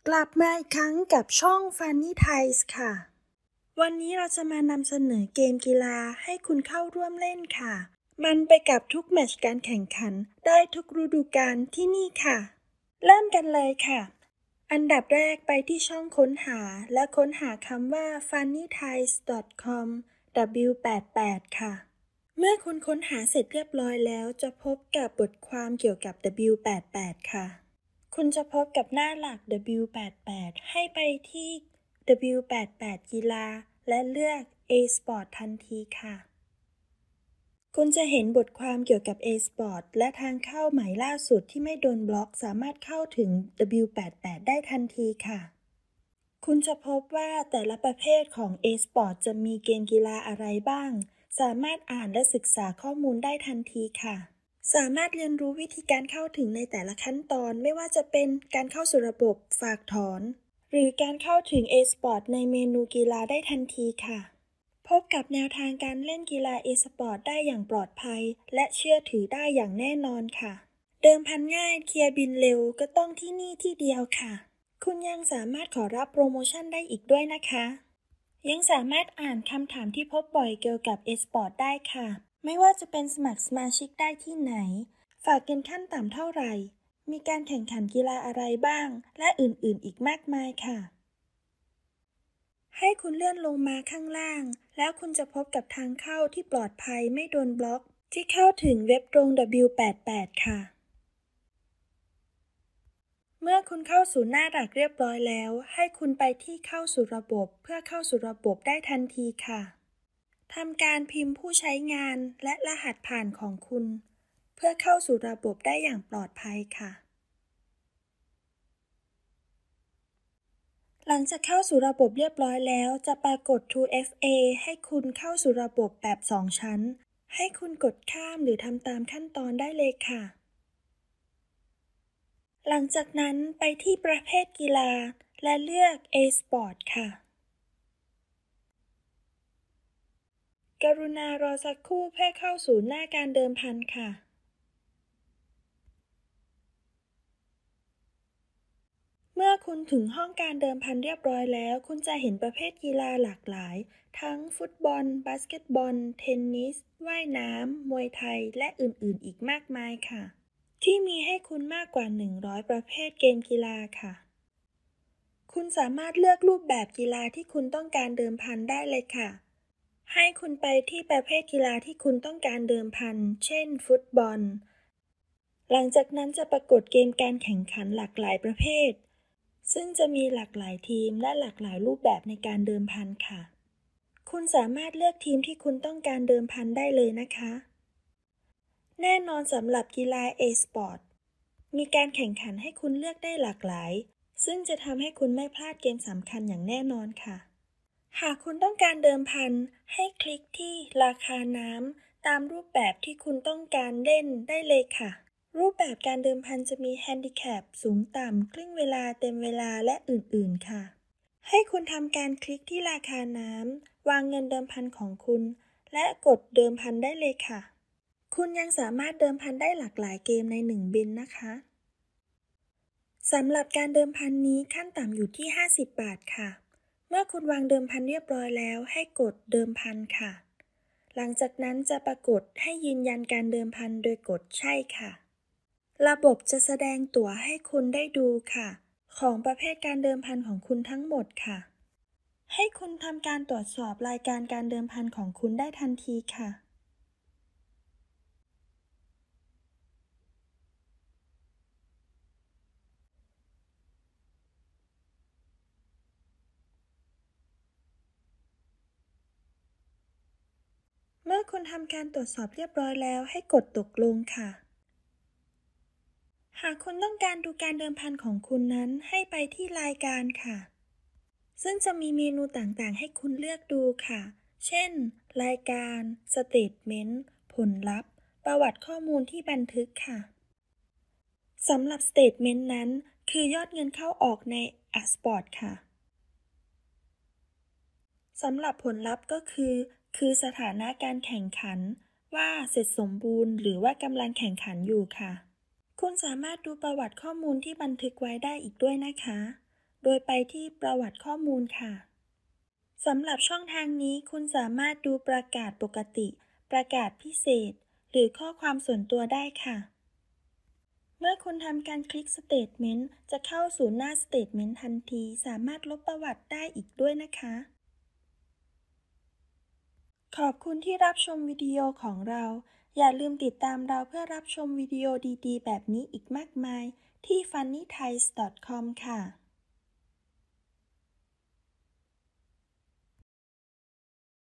กลับมาอีกครั้งกับช่อง Funny Thais ค่ะวันนี้เราจะมานำเสนอเกมกีฬาให้คุณเข้าร่วมเล่นค่ะมันไปกับทุกแมตช์การแข่งขันได้ทุกฤดูกาลที่นี่ค่ะเริ่มกันเลยค่ะอันดับแรกไปที่ช่องค้นหาและค้นหาคำว่า funnythais.com W88 ค่ะเมื่อคุณค้นหาเสร็จเรียบร้อยแล้วจะพบกับบทความเกี่ยวกับ W88 ค่ะคุณจะพบกับหน้าหลัก W88 ให้ไปที่ W88 กีฬาและเลือก A-Sport ทันทีค่ะคุณจะเห็นบทความเกี่ยวกับ A-Sport และทางเข้าใหม่ล่าสุดที่ไม่โดนบล็อกสามารถเข้าถึง W88 ได้ทันทีค่ะคุณจะพบว่าแต่ละประเภทของ A-Sport จะมีเกมกีฬาอะไรบ้างสามารถอ่านและศึกษาข้อมูลได้ทันทีค่ะสามารถเรียนรู้วิธีการเข้าถึงในแต่ละขั้นตอนไม่ว่าจะเป็นการเข้าสู่ระบบฝากถอนหรือการเข้าถึง A-Sport ในเมนูกีฬาได้ทันทีค่ะพบกับแนวทางการเล่นกีฬา A-Sport ได้อย่างปลอดภัยและเชื่อถือได้อย่างแน่นอนค่ะเดิมพันง่ายเคลียร์บินเร็วก็ต้องที่นี่ที่เดียวค่ะคุณยังสามารถขอรับโปรโมชั่นได้อีกด้วยนะคะยังสามารถอ่านคำถามที่พบบ่อยเกี่ยวกับ A-Sport ได้ค่ะไม่ว่าจะเป็นสมัครสมาชิกได้ที่ไหนฝากเงินขั้นต่ำเท่าไหร่มีการแข่งขันกีฬาอะไรบ้างและอื่นๆอีกมากมายค่ะให้คุณเลื่อนลงมาข้างล่างแล้วคุณจะพบกับทางเข้าที่ปลอดภัยไม่โดนบล็อกที่เข้าถึงเว็บตรง W88 ค่ะเมื่อคุณเข้าสู่หน้าหลักเรียบร้อยแล้วให้คุณไปที่เข้าสู่ระบบเพื่อเข้าสู่ระบบได้ทันทีค่ะทำการพิมพ์ผู้ใช้งานและรหัสผ่านของคุณเพื่อเข้าสู่ระบบได้อย่างปลอดภัยค่ะหลังจากเข้าสู่ระบบเรียบร้อยแล้วจะปรากฏ 2FA ให้คุณเข้าสู่ระบบแบบ2ชั้นให้คุณกดข้ามหรือทำตามขั้นตอนได้เลยค่ะหลังจากนั้นไปที่ประเภทกีฬาและเลือก A-Sport ค่ะกรุณารอสักครู่เพื่อเข้าสู่หน้าการเดิมพันค่ะเมื่อคุณถึงห้องการเดิมพันเรียบร้อยแล้วคุณจะเห็นประเภทกีฬาหลากหลายทั้งฟุตบอลบาสเกตบอลเทนนิสว่ายน้ำมวยไทยและอื่นๆอีกมากมายค่ะที่มีให้คุณมากกว่า100ประเภทเกมกีฬาค่ะคุณสามารถเลือกรูปแบบกีฬาที่คุณต้องการเดิมพันได้เลยค่ะให้คุณไปที่ประเภทกีฬาที่คุณต้องการเดิมพันเช่นฟุตบอลหลังจากนั้นจะปรากฏเกมการแข่งขันหลากหลายประเภทซึ่งจะมีหลากหลายทีมและหลากหลายรูปแบบในการเดิมพันค่ะคุณสามารถเลือกทีมที่คุณต้องการเดิมพันได้เลยนะคะแน่นอนสำหรับกีฬา A-Sport มีการแข่งขันให้คุณเลือกได้หลากหลายซึ่งจะทำให้คุณไม่พลาดเกมสำคัญอย่างแน่นอนค่ะหากคุณต้องการเดิมพันให้คลิกที่ราคาน้ำตามรูปแบบที่คุณต้องการเล่นได้เลยค่ะรูปแบบการเดิมพันจะมีแฮนดิแคปสูงต่ำครึ่งเวลาเต็มเวลาและอื่นๆค่ะให้คุณทำการคลิกที่ราคาน้ำวางเงินเดิมพันของคุณและกดเดิมพันได้เลยค่ะคุณยังสามารถเดิมพันได้หลากหลายเกมใน1บินนะคะสำหรับการเดิมพันนี้ขั้นต่ำอยู่ที่50บาทค่ะเมื่อคุณวางเดิมพันเรียบร้อยแล้วให้กดเดิมพันค่ะหลังจากนั้นจะปรากฏให้ยืนยันการเดิมพันโดยกดใช่ค่ะระบบจะแสดงตั๋วให้คุณได้ดูค่ะของประเภทการเดิมพันของคุณทั้งหมดค่ะให้คุณทำการตรวจสอบรายการการเดิมพันของคุณได้ทันทีค่ะเมื่อคุณทำการตรวจสอบเรียบร้อยแล้วให้กดตกลงค่ะหากคุณต้องการดูการเดิมพันของคุณนั้นให้ไปที่รายการค่ะซึ่งจะมีเมนูต่างๆให้คุณเลือกดูค่ะเช่นรายการสเตทเมนต์ผลลัพธ์ประวัติข้อมูลที่บันทึกค่ะสำหรับสเตทเมนต์นั้นคือยอดเงินเข้าออกใน A-Sport ค่ะสำหรับผลลัพธ์ก็คือสถานะการแข่งขันว่าเสร็จสมบูรณ์หรือว่ากำลังแข่งขันอยู่ค่ะคุณสามารถดูประวัติข้อมูลที่บันทึกไว้ได้อีกด้วยนะคะโดยไปที่ประวัติข้อมูลค่ะสำหรับช่องทางนี้คุณสามารถดูประกาศปกติ ประกาศพิเศษ หรือข้อความส่วนตัวได้ค่ะ เมื่อคุณทำการคลิก Statement จะเข้าสู่หน้า Statement ทันที สามารถลบประวัติได้อีกด้วยนะคะ ขอบคุณที่รับชมวิดีโอของเรา อย่าลืมติดตามเราเพื่อรับชมวิดีโอดีๆ แบบนี้อีกมากมายที่ funnythais.com ค่ะ